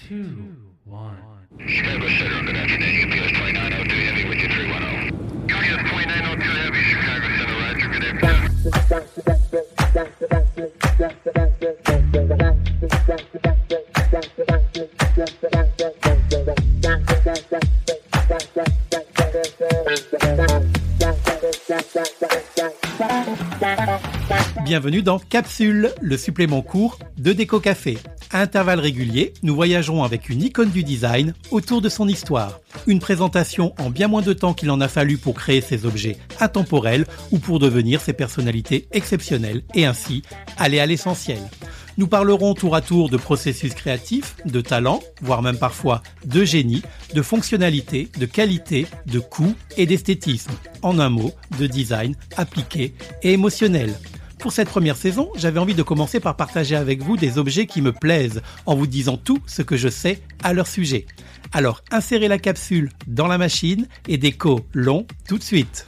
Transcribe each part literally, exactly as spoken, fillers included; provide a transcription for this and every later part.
two, one. Chicago Center, good afternoon. U P S twenty-nine oh two Heavy with you, three one oh. U P S twenty-nine oh two Heavy, Chicago Center, Roger, good afternoon. Bienvenue dans Capsule, le supplément court de Déco Café. À intervalles réguliers, nous voyagerons avec une icône du design autour de son histoire. Une présentation en bien moins de temps qu'il en a fallu pour créer ces objets intemporels ou pour devenir ces personnalités exceptionnelles et ainsi aller à l'essentiel. Nous parlerons tour à tour de processus créatifs, de talent, voire même parfois de génie, de fonctionnalité, de qualité, de coût et d'esthétisme. En un mot, de design appliqué et émotionnel. Pour cette première saison, j'avais envie de commencer par partager avec vous des objets qui me plaisent, en vous disant tout ce que je sais à leur sujet. Alors, insérez la capsule dans la machine et déco long tout de suite.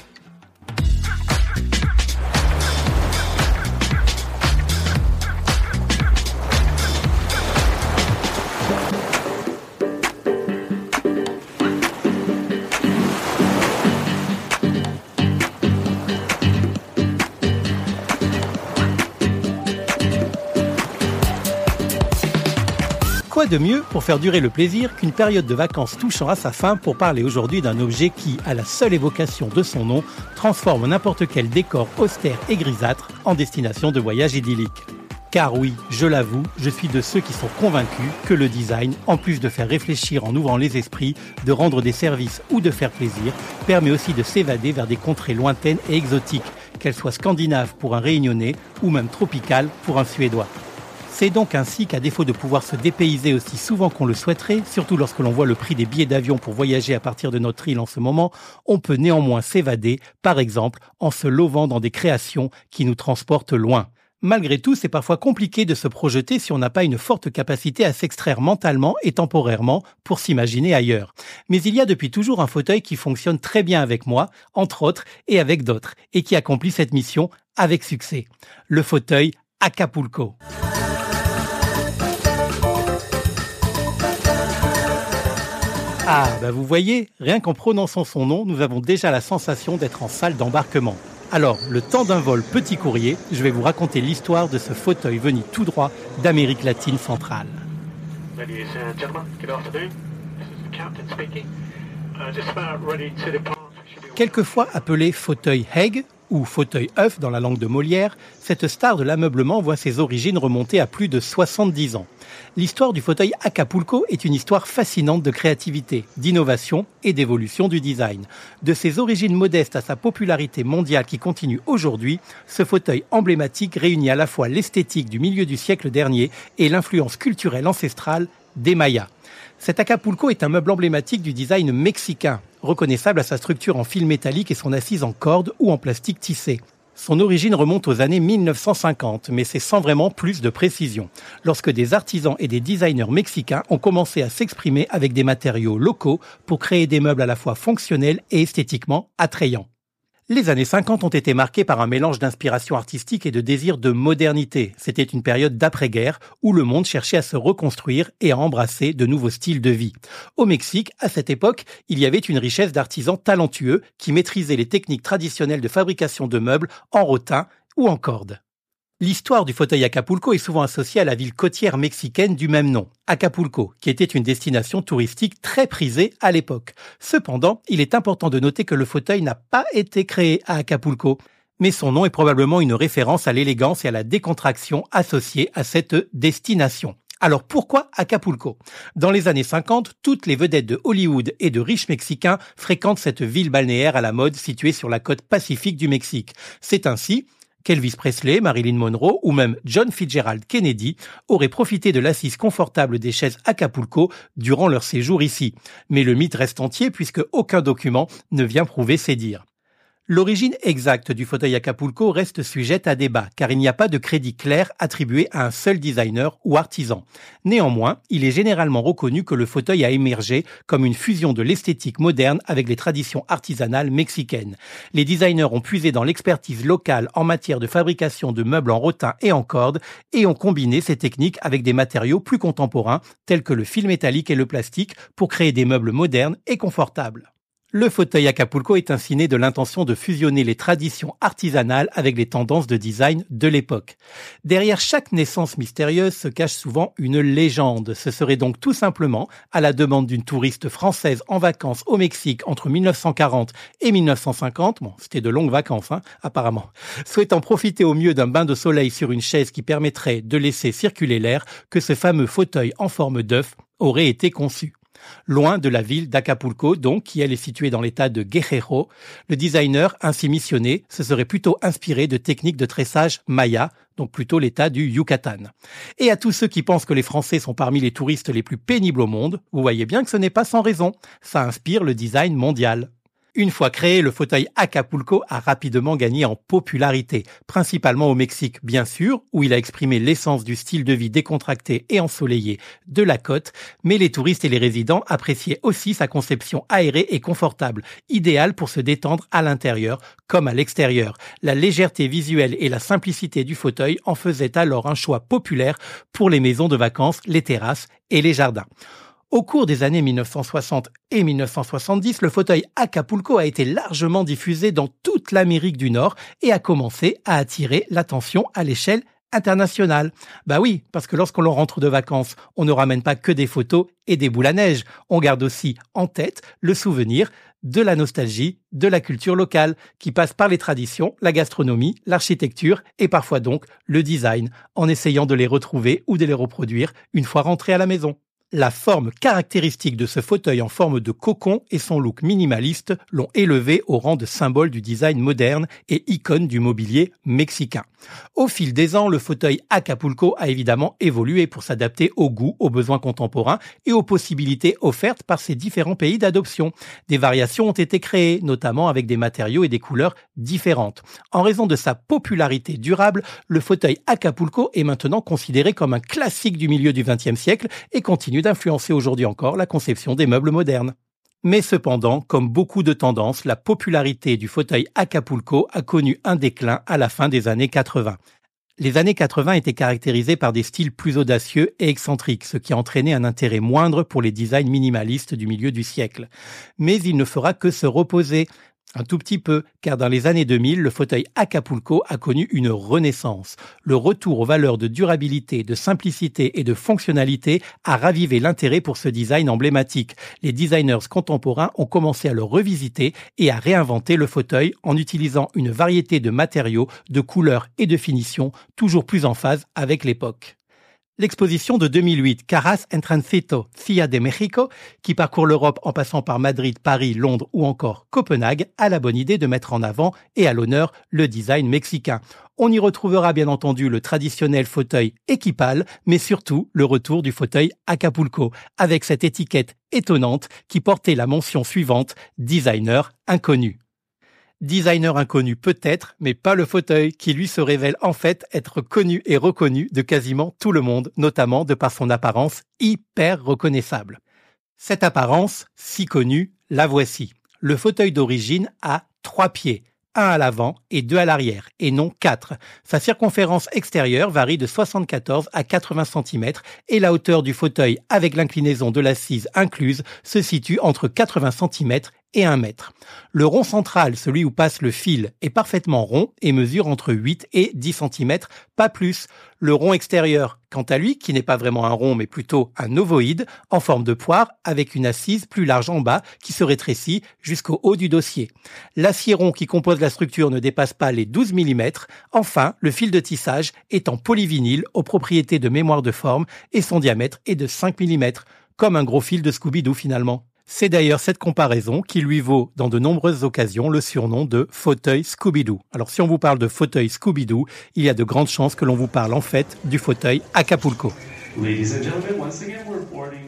Quoi de mieux pour faire durer le plaisir qu'une période de vacances touchant à sa fin pour parler aujourd'hui d'un objet qui, à la seule évocation de son nom, transforme n'importe quel décor austère et grisâtre en destination de voyage idyllique. Car oui, je l'avoue, je suis de ceux qui sont convaincus que le design, en plus de faire réfléchir en ouvrant les esprits, de rendre des services ou de faire plaisir, permet aussi de s'évader vers des contrées lointaines et exotiques, qu'elles soient scandinaves pour un Réunionnais ou même tropicales pour un Suédois. C'est donc ainsi qu'à défaut de pouvoir se dépayser aussi souvent qu'on le souhaiterait, surtout lorsque l'on voit le prix des billets d'avion pour voyager à partir de notre île en ce moment, on peut néanmoins s'évader, par exemple, en se lovant dans des créations qui nous transportent loin. Malgré tout, c'est parfois compliqué de se projeter si on n'a pas une forte capacité à s'extraire mentalement et temporairement pour s'imaginer ailleurs. Mais il y a depuis toujours un fauteuil qui fonctionne très bien avec moi, entre autres, et avec d'autres, et qui accomplit cette mission avec succès. Le fauteuil Acapulco. Ah, bah vous voyez, rien qu'en prononçant son nom, nous avons déjà la sensation d'être en salle d'embarquement. Alors, le temps d'un vol petit courrier, je vais vous raconter l'histoire de ce fauteuil venu tout droit d'Amérique latine centrale. Ladies and gentlemen, good afternoon. This is the captain speaking. Uh, just about ready to depart. Quelquefois appelé fauteuil Haig, ou fauteuil œuf dans la langue de Molière, cette star de l'ameublement voit ses origines remonter à plus de soixante-dix ans. L'histoire du fauteuil Acapulco est une histoire fascinante de créativité, d'innovation et d'évolution du design. De ses origines modestes à sa popularité mondiale qui continue aujourd'hui, ce fauteuil emblématique réunit à la fois l'esthétique du milieu du siècle dernier et l'influence culturelle ancestrale des Mayas. Cet Acapulco est un meuble emblématique du design mexicain, reconnaissable à sa structure en fil métallique et son assise en corde ou en plastique tissé. Son origine remonte aux années mille neuf cent cinquante, mais c'est sans vraiment plus de précision, lorsque des artisans et des designers mexicains ont commencé à s'exprimer avec des matériaux locaux pour créer des meubles à la fois fonctionnels et esthétiquement attrayants. Les années cinquante ont été marquées par un mélange d'inspiration artistique et de désir de modernité. C'était une période d'après-guerre où le monde cherchait à se reconstruire et à embrasser de nouveaux styles de vie. Au Mexique, à cette époque, il y avait une richesse d'artisans talentueux qui maîtrisaient les techniques traditionnelles de fabrication de meubles en rotin ou en corde. L'histoire du fauteuil Acapulco est souvent associée à la ville côtière mexicaine du même nom, Acapulco, qui était une destination touristique très prisée à l'époque. Cependant, il est important de noter que le fauteuil n'a pas été créé à Acapulco, mais son nom est probablement une référence à l'élégance et à la décontraction associée à cette destination. Alors pourquoi Acapulco ? Dans les années cinquante, toutes les vedettes de Hollywood et de riches Mexicains fréquentent cette ville balnéaire à la mode située sur la côte pacifique du Mexique. C'est ainsi qu'Elvis Presley, Marilyn Monroe ou même John Fitzgerald Kennedy auraient profité de l'assise confortable des chaises Acapulco durant leur séjour ici. Mais le mythe reste entier puisque aucun document ne vient prouver ces dires. L'origine exacte du fauteuil Acapulco reste sujette à débat, car il n'y a pas de crédit clair attribué à un seul designer ou artisan. Néanmoins, il est généralement reconnu que le fauteuil a émergé comme une fusion de l'esthétique moderne avec les traditions artisanales mexicaines. Les designers ont puisé dans l'expertise locale en matière de fabrication de meubles en rotin et en corde et ont combiné ces techniques avec des matériaux plus contemporains tels que le fil métallique et le plastique pour créer des meubles modernes et confortables. Le fauteuil Acapulco est ainsi né de l'intention de fusionner les traditions artisanales avec les tendances de design de l'époque. Derrière chaque naissance mystérieuse se cache souvent une légende. Ce serait donc tout simplement, à la demande d'une touriste française en vacances au Mexique entre mille neuf cent quarante et mille neuf cent cinquante, bon, c'était de longues vacances, hein, apparemment, souhaitant profiter au mieux d'un bain de soleil sur une chaise qui permettrait de laisser circuler l'air, que ce fameux fauteuil en forme d'œuf aurait été conçu. Loin de la ville d'Acapulco, donc, qui elle est située dans l'état de Guerrero, le designer ainsi missionné se serait plutôt inspiré de techniques de tressage maya, donc plutôt l'état du Yucatan. Et à tous ceux qui pensent que les Français sont parmi les touristes les plus pénibles au monde, vous voyez bien que ce n'est pas sans raison. Ça inspire le design mondial. Une fois créé, le fauteuil Acapulco a rapidement gagné en popularité, principalement au Mexique, bien sûr, où il a exprimé l'essence du style de vie décontracté et ensoleillé de la côte, mais les touristes et les résidents appréciaient aussi sa conception aérée et confortable, idéale pour se détendre à l'intérieur comme à l'extérieur. La légèreté visuelle et la simplicité du fauteuil en faisaient alors un choix populaire pour les maisons de vacances, les terrasses et les jardins. Au cours des années mille neuf cent soixante et mille neuf cent soixante-dix, le fauteuil Acapulco a été largement diffusé dans toute l'Amérique du Nord et a commencé à attirer l'attention à l'échelle internationale. Bah oui, parce que lorsqu'on rentre de vacances, on ne ramène pas que des photos et des boules à neige. On garde aussi en tête le souvenir de la nostalgie, de la culture locale, qui passe par les traditions, la gastronomie, l'architecture et parfois donc le design, en essayant de les retrouver ou de les reproduire une fois rentrés à la maison. La forme caractéristique de ce fauteuil en forme de cocon et son look minimaliste l'ont élevé au rang de symbole du design moderne et icône du mobilier mexicain. Au fil des ans, le fauteuil Acapulco a évidemment évolué pour s'adapter aux goûts, aux besoins contemporains et aux possibilités offertes par ces différents pays d'adoption. Des variations ont été créées, notamment avec des matériaux et des couleurs différentes. En raison de sa popularité durable, le fauteuil Acapulco est maintenant considéré comme un classique du milieu du vingtième siècle et continue d'influencer aujourd'hui encore la conception des meubles modernes. Mais cependant, comme beaucoup de tendances, la popularité du fauteuil Acapulco a connu un déclin à la fin des années quatre-vingts. Les années quatre-vingts étaient caractérisées par des styles plus audacieux et excentriques, ce qui a entraîné un intérêt moindre pour les designs minimalistes du milieu du siècle. Mais il ne fera que se reposer. Un tout petit peu, car dans les années deux mille, le fauteuil Acapulco a connu une renaissance. Le retour aux valeurs de durabilité, de simplicité et de fonctionnalité a ravivé l'intérêt pour ce design emblématique. Les designers contemporains ont commencé à le revisiter et à réinventer le fauteuil en utilisant une variété de matériaux, de couleurs et de finitions toujours plus en phase avec l'époque. L'exposition de deux mille huit, Caras en Transito, Ciudad de México, qui parcourt l'Europe en passant par Madrid, Paris, Londres ou encore Copenhague, a la bonne idée de mettre en avant et à l'honneur le design mexicain. On y retrouvera bien entendu le traditionnel fauteuil équipal, mais surtout le retour du fauteuil Acapulco, avec cette étiquette étonnante qui portait la mention suivante, designer inconnu. Designer inconnu peut-être, mais pas le fauteuil, qui lui se révèle en fait être connu et reconnu de quasiment tout le monde, notamment de par son apparence hyper reconnaissable. Cette apparence, si connue, la voici. Le fauteuil d'origine a trois pieds, un à l'avant et deux à l'arrière, et non quatre. Sa circonférence extérieure varie de soixante-quatorze à quatre-vingts centimètres et la hauteur du fauteuil avec l'inclinaison de l'assise incluse se situe entre quatre-vingts centimètres et un mètre. Le rond central, celui où passe le fil, est parfaitement rond et mesure entre huit et dix centimètres, pas plus. Le rond extérieur, quant à lui, qui n'est pas vraiment un rond mais plutôt un ovoïde, en forme de poire, avec une assise plus large en bas qui se rétrécit jusqu'au haut du dossier. L'acier rond qui compose la structure ne dépasse pas les douze millimètres. Enfin, le fil de tissage est en polyvinyle aux propriétés de mémoire de forme et son diamètre est de cinq millimètres, comme un gros fil de Scooby-Doo finalement. C'est d'ailleurs cette comparaison qui lui vaut dans de nombreuses occasions le surnom de fauteuil Scooby-Doo. Alors si on vous parle de fauteuil Scooby-Doo, il y a de grandes chances que l'on vous parle en fait du fauteuil Acapulco. Ladies and gentlemen, once again we're boarding.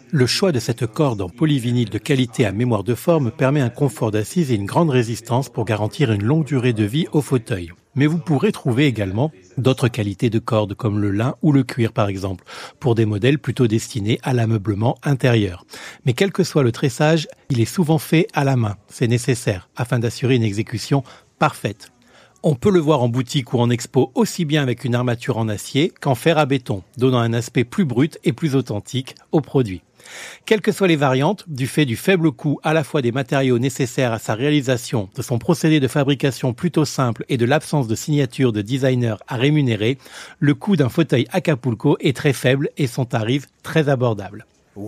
Le choix de cette corde en polyvinyle de qualité à mémoire de forme permet un confort d'assise et une grande résistance pour garantir une longue durée de vie au fauteuil. Mais vous pourrez trouver également d'autres qualités de cordes comme le lin ou le cuir par exemple, pour des modèles plutôt destinés à l'ameublement intérieur. Mais quel que soit le tressage, il est souvent fait à la main, c'est nécessaire, afin d'assurer une exécution parfaite. On peut le voir en boutique ou en expo aussi bien avec une armature en acier qu'en fer à béton, donnant un aspect plus brut et plus authentique au produit. Quelles que soient les variantes, du fait du faible coût à la fois des matériaux nécessaires à sa réalisation, de son procédé de fabrication plutôt simple et de l'absence de signature de designer à rémunérer, le coût d'un fauteuil Acapulco est très faible et son tarif très abordable.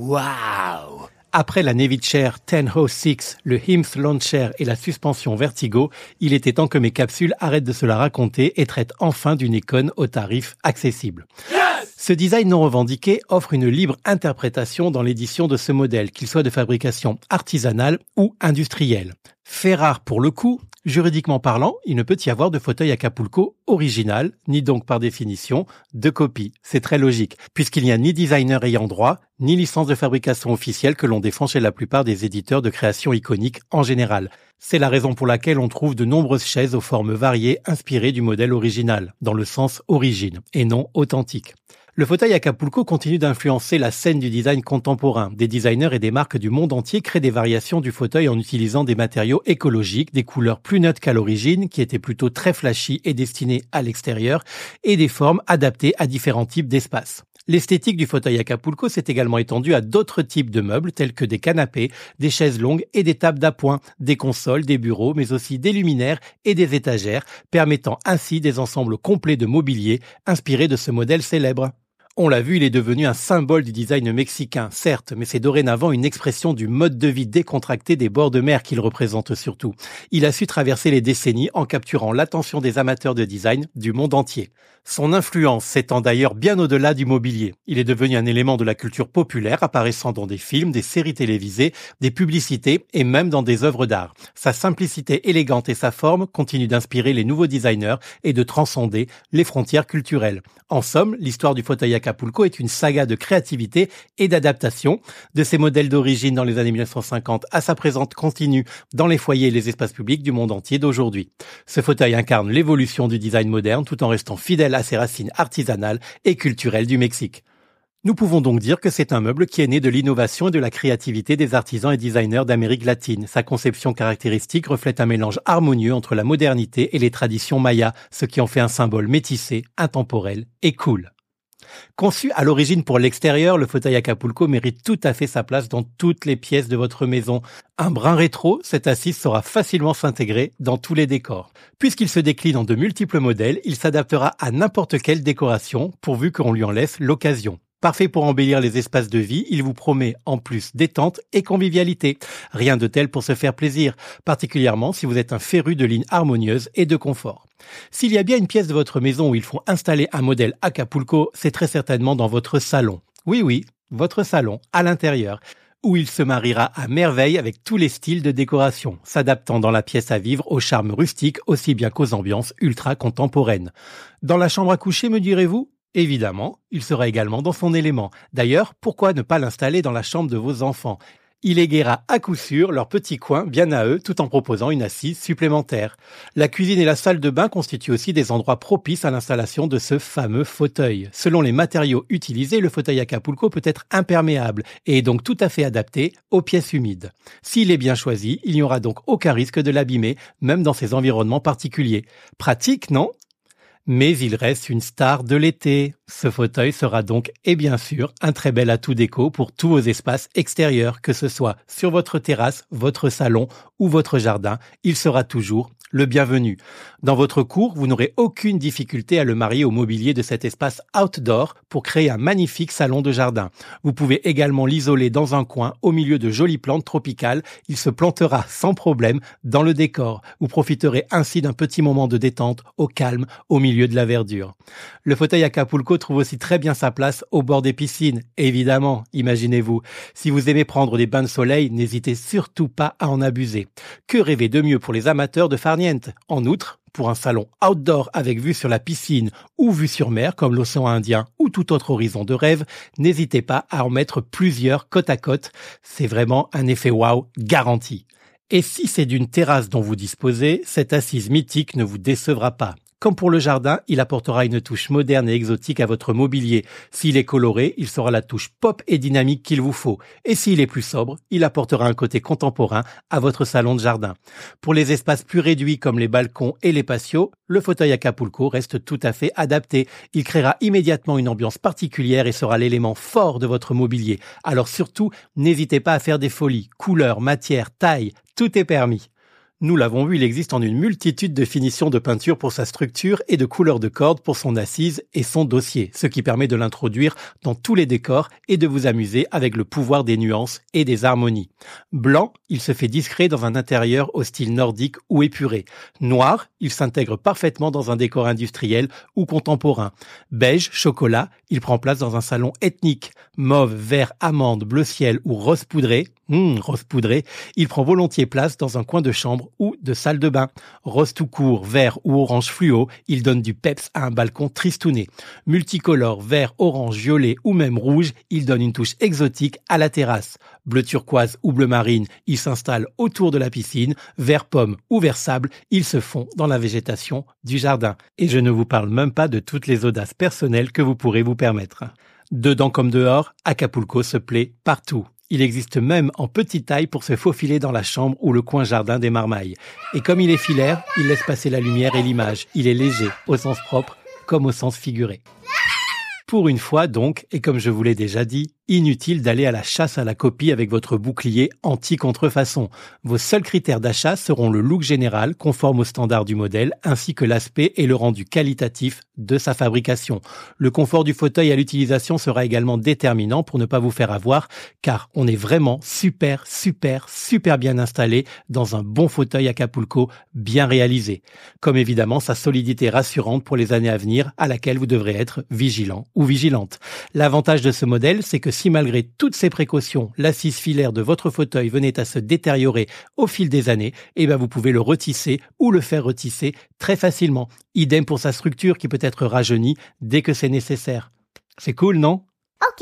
Waouh! Après la Navy Chair dix oh six, le Hims Lawn Chair et la suspension Vertigo, il était temps que mes capsules arrêtent de se la raconter et traitent enfin d'une icône au tarif accessible. Yes! Ce design non revendiqué offre une libre interprétation dans l'édition de ce modèle, qu'il soit de fabrication artisanale ou industrielle. Fait rare pour le coup, juridiquement parlant, il ne peut y avoir de fauteuil Acapulco original, ni donc par définition de copie. C'est très logique, puisqu'il n'y a ni designer ayant droit, ni licence de fabrication officielle que l'on défend chez la plupart des éditeurs de création iconique en général. C'est la raison pour laquelle on trouve de nombreuses chaises aux formes variées inspirées du modèle original, dans le sens origine, et non authentique. Le fauteuil Acapulco continue d'influencer la scène du design contemporain. Des designers et des marques du monde entier créent des variations du fauteuil en utilisant des matériaux écologiques, des couleurs plus neutres qu'à l'origine, qui étaient plutôt très flashy et destinées à l'extérieur, et des formes adaptées à différents types d'espaces. L'esthétique du fauteuil Acapulco s'est également étendue à d'autres types de meubles tels que des canapés, des chaises longues et des tables d'appoint, des consoles, des bureaux, mais aussi des luminaires et des étagères, permettant ainsi des ensembles complets de mobilier inspirés de ce modèle célèbre. On l'a vu, il est devenu un symbole du design mexicain, certes, mais c'est dorénavant une expression du mode de vie décontracté des bords de mer qu'il représente surtout. Il a su traverser les décennies en capturant l'attention des amateurs de design du monde entier. Son influence s'étend d'ailleurs bien au-delà du mobilier. Il est devenu un élément de la culture populaire apparaissant dans des films, des séries télévisées, des publicités et même dans des œuvres d'art. Sa simplicité élégante et sa forme continuent d'inspirer les nouveaux designers et de transcender les frontières culturelles. En somme, l'histoire du fauteuil Acapulco est une saga de créativité et d'adaptation, de ses modèles d'origine dans les années mille neuf cent cinquante à sa présence continue dans les foyers et les espaces publics du monde entier d'aujourd'hui. Ce fauteuil incarne l'évolution du design moderne tout en restant fidèle à ses racines artisanales et culturelles du Mexique. Nous pouvons donc dire que c'est un meuble qui est né de l'innovation et de la créativité des artisans et designers d'Amérique latine. Sa conception caractéristique reflète un mélange harmonieux entre la modernité et les traditions mayas, ce qui en fait un symbole métissé, intemporel et cool. Conçu à l'origine pour l'extérieur, le fauteuil Acapulco mérite tout à fait sa place dans toutes les pièces de votre maison. Un brin rétro, cette assise saura facilement s'intégrer dans tous les décors. Puisqu'il se décline en de multiples modèles, il s'adaptera à n'importe quelle décoration, pourvu qu'on lui en laisse l'occasion. Parfait pour embellir les espaces de vie, il vous promet en plus détente et convivialité. Rien de tel pour se faire plaisir, particulièrement si vous êtes un féru de lignes harmonieuses et de confort. S'il y a bien une pièce de votre maison où il faut installer un modèle Acapulco, c'est très certainement dans votre salon. Oui, oui, votre salon, à l'intérieur, où il se mariera à merveille avec tous les styles de décoration, s'adaptant dans la pièce à vivre au charme rustique aussi bien qu'aux ambiances ultra contemporaines. Dans la chambre à coucher, me direz-vous ? Évidemment, il sera également dans son élément. D'ailleurs, pourquoi ne pas l'installer dans la chambre de vos enfants ? Il égaiera à coup sûr leur petit coin bien à eux tout en proposant une assise supplémentaire. La cuisine et la salle de bain constituent aussi des endroits propices à l'installation de ce fameux fauteuil. Selon les matériaux utilisés, le fauteuil Acapulco peut être imperméable et est donc tout à fait adapté aux pièces humides. S'il est bien choisi, il n'y aura donc aucun risque de l'abîmer, même dans ces environnements particuliers. Pratique, non ? Mais il reste une star de l'été. Ce fauteuil sera donc, et bien sûr, un très bel atout déco pour tous vos espaces extérieurs, que ce soit sur votre terrasse, votre salon ou votre jardin. Il sera toujours le bienvenu. Dans votre cour, vous n'aurez aucune difficulté à le marier au mobilier de cet espace outdoor pour créer un magnifique salon de jardin. Vous pouvez également l'isoler dans un coin au milieu de jolies plantes tropicales. Il se plantera sans problème dans le décor. Vous profiterez ainsi d'un petit moment de détente au calme au milieu de la verdure. Le fauteuil Acapulco trouve aussi très bien sa place au bord des piscines. Évidemment, imaginez-vous. Si vous aimez prendre des bains de soleil, n'hésitez surtout pas à en abuser. Que rêver de mieux pour les amateurs de farniente niente. En outre, pour un salon outdoor avec vue sur la piscine ou vue sur mer comme l'océan Indien ou tout autre horizon de rêve, n'hésitez pas à en mettre plusieurs côte à côte. C'est vraiment un effet waouh garanti. Et si c'est d'une terrasse dont vous disposez, cette assise mythique ne vous décevra pas. Comme pour le jardin, il apportera une touche moderne et exotique à votre mobilier. S'il est coloré, il sera la touche pop et dynamique qu'il vous faut. Et s'il est plus sobre, il apportera un côté contemporain à votre salon de jardin. Pour les espaces plus réduits comme les balcons et les patios, le fauteuil Acapulco reste tout à fait adapté. Il créera immédiatement une ambiance particulière et sera l'élément fort de votre mobilier. Alors surtout, n'hésitez pas à faire des folies. Couleurs, matières, taille, tout est permis. Nous l'avons vu, il existe en une multitude de finitions de peinture pour sa structure et de couleurs de cordes pour son assise et son dossier, ce qui permet de l'introduire dans tous les décors et de vous amuser avec le pouvoir des nuances et des harmonies. Blanc, il se fait discret dans un intérieur au style nordique ou épuré. Noir, il s'intègre parfaitement dans un décor industriel ou contemporain. Beige, chocolat, il prend place dans un salon ethnique. Mauve, vert, amande, bleu ciel ou rose poudré, hum, rose poudré, il prend volontiers place dans un coin de chambre ou de salle de bain. Rose tout court, vert ou orange fluo, il donne du peps à un balcon tristouné. Multicolore, vert, orange, violet ou même rouge, il donne une touche exotique à la terrasse. Bleu turquoise ou bleu marine, il s'installe autour de la piscine. Vert pomme ou vert sable, il se fond dans la végétation du jardin. Et je ne vous parle même pas de toutes les audaces personnelles que vous pourrez vous permettre. Dedans comme dehors, Acapulco se plaît partout. Il existe même en petite taille pour se faufiler dans la chambre ou le coin jardin des Marmailles. Et comme il est filaire, il laisse passer la lumière et l'image. Il est léger, au sens propre comme au sens figuré. Pour une fois donc, et comme je vous l'ai déjà dit, inutile d'aller à la chasse à la copie avec votre bouclier anti-contrefaçon. Vos seuls critères d'achat seront le look général, conforme aux standards du modèle, ainsi que l'aspect et le rendu qualitatif de sa fabrication. Le confort du fauteuil à l'utilisation sera également déterminant pour ne pas vous faire avoir, car on est vraiment super, super, super bien installé dans un bon fauteuil Acapulco bien réalisé. Comme évidemment sa solidité rassurante pour les années à venir, à laquelle vous devrez être vigilant ou vigilante. L'avantage de ce modèle, c'est que si malgré toutes ces précautions, l'assise filaire de votre fauteuil venait à se détériorer au fil des années, eh ben vous pouvez le retisser ou le faire retisser très facilement. Idem pour sa structure qui peut être rajeunie dès que c'est nécessaire. C'est cool, non? Ok.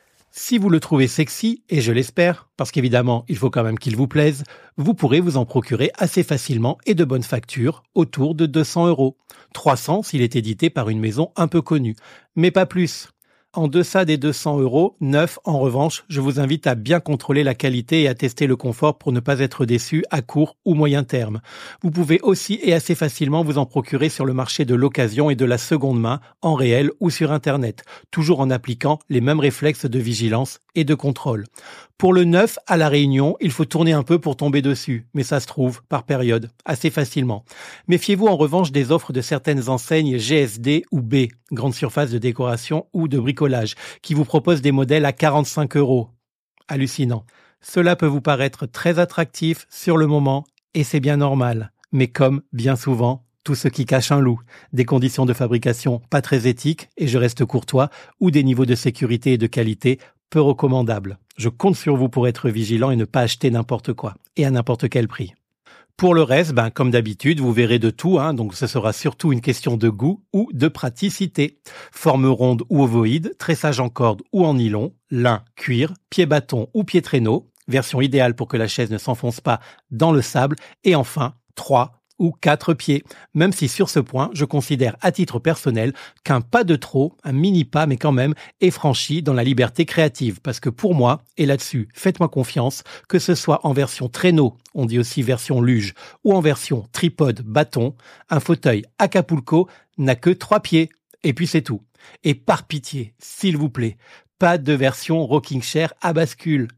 Si vous le trouvez sexy, et je l'espère, parce qu'évidemment, il faut quand même qu'il vous plaise, vous pourrez vous en procurer assez facilement et de bonne facture, autour de deux cents euros. trois cents s'il est édité par une maison un peu connue. Mais pas plus. En deçà des deux cents euros, neuf, en revanche, je vous invite à bien contrôler la qualité et à tester le confort pour ne pas être déçu à court ou moyen terme. Vous pouvez aussi et assez facilement vous en procurer sur le marché de l'occasion et de la seconde main, en réel ou sur Internet, toujours en appliquant les mêmes réflexes de vigilance et de contrôle. Pour le neuf, à La Réunion, il faut tourner un peu pour tomber dessus, mais ça se trouve, par période, assez facilement. Méfiez-vous en revanche des offres de certaines enseignes G S D ou B, grande surface de décoration ou de bricolage, qui vous proposent des modèles à quarante-cinq euros. Hallucinant. Cela peut vous paraître très attractif sur le moment, et c'est bien normal. Mais comme, bien souvent, tout ce qui cache un loup, des conditions de fabrication pas très éthiques, et je reste courtois, ou des niveaux de sécurité et de qualité peu recommandables. Je compte sur vous pour être vigilant et ne pas acheter n'importe quoi, et à n'importe quel prix. Pour le reste, ben, comme d'habitude, vous verrez de tout, hein, donc ce sera surtout une question de goût ou de praticité. Forme ronde ou ovoïde, tressage en corde ou en nylon, lin, cuir, pied bâton ou pied traîneau, version idéale pour que la chaise ne s'enfonce pas dans le sable, et enfin, trois ou quatre pieds, même si sur ce point, je considère à titre personnel qu'un pas de trop, un mini pas, mais quand même, est franchi dans la liberté créative. Parce que pour moi, et là-dessus, faites-moi confiance, que ce soit en version traîneau, on dit aussi version luge, ou en version tripode bâton, un fauteuil Acapulco n'a que trois pieds. Et puis c'est tout. Et par pitié, s'il vous plaît, pas de version rocking chair à bascule.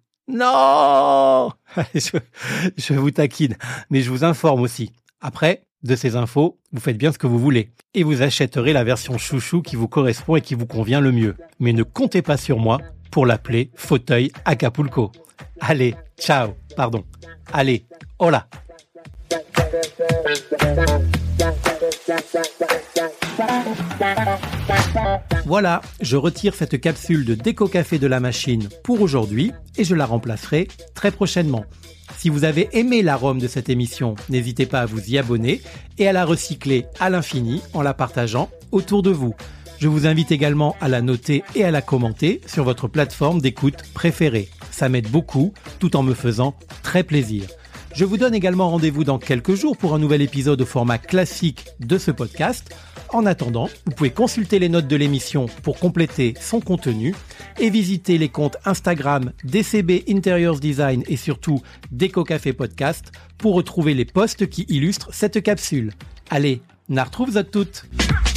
Non! je, je vous taquine, mais je vous informe aussi. Après, de ces infos, vous faites bien ce que vous voulez. Et vous achèterez la version chouchou qui vous correspond et qui vous convient le mieux. Mais ne comptez pas sur moi pour l'appeler fauteuil Acapulco. Allez, ciao, pardon. Allez, hola. Voilà, je retire cette capsule de Déco Café de la machine pour aujourd'hui et je la remplacerai très prochainement. Si vous avez aimé l'arôme de cette émission, n'hésitez pas à vous y abonner et à la recycler à l'infini en la partageant autour de vous. Je vous invite également à la noter et à la commenter sur votre plateforme d'écoute préférée. Ça m'aide beaucoup, tout en me faisant très plaisir. Je vous donne également rendez-vous dans quelques jours pour un nouvel épisode au format classique de ce podcast. En attendant, vous pouvez consulter les notes de l'émission pour compléter son contenu et visiter les comptes Instagram D C B Interiors Design et surtout Déco Café Podcast pour retrouver les posts qui illustrent cette capsule. Allez, na retrouve toutes.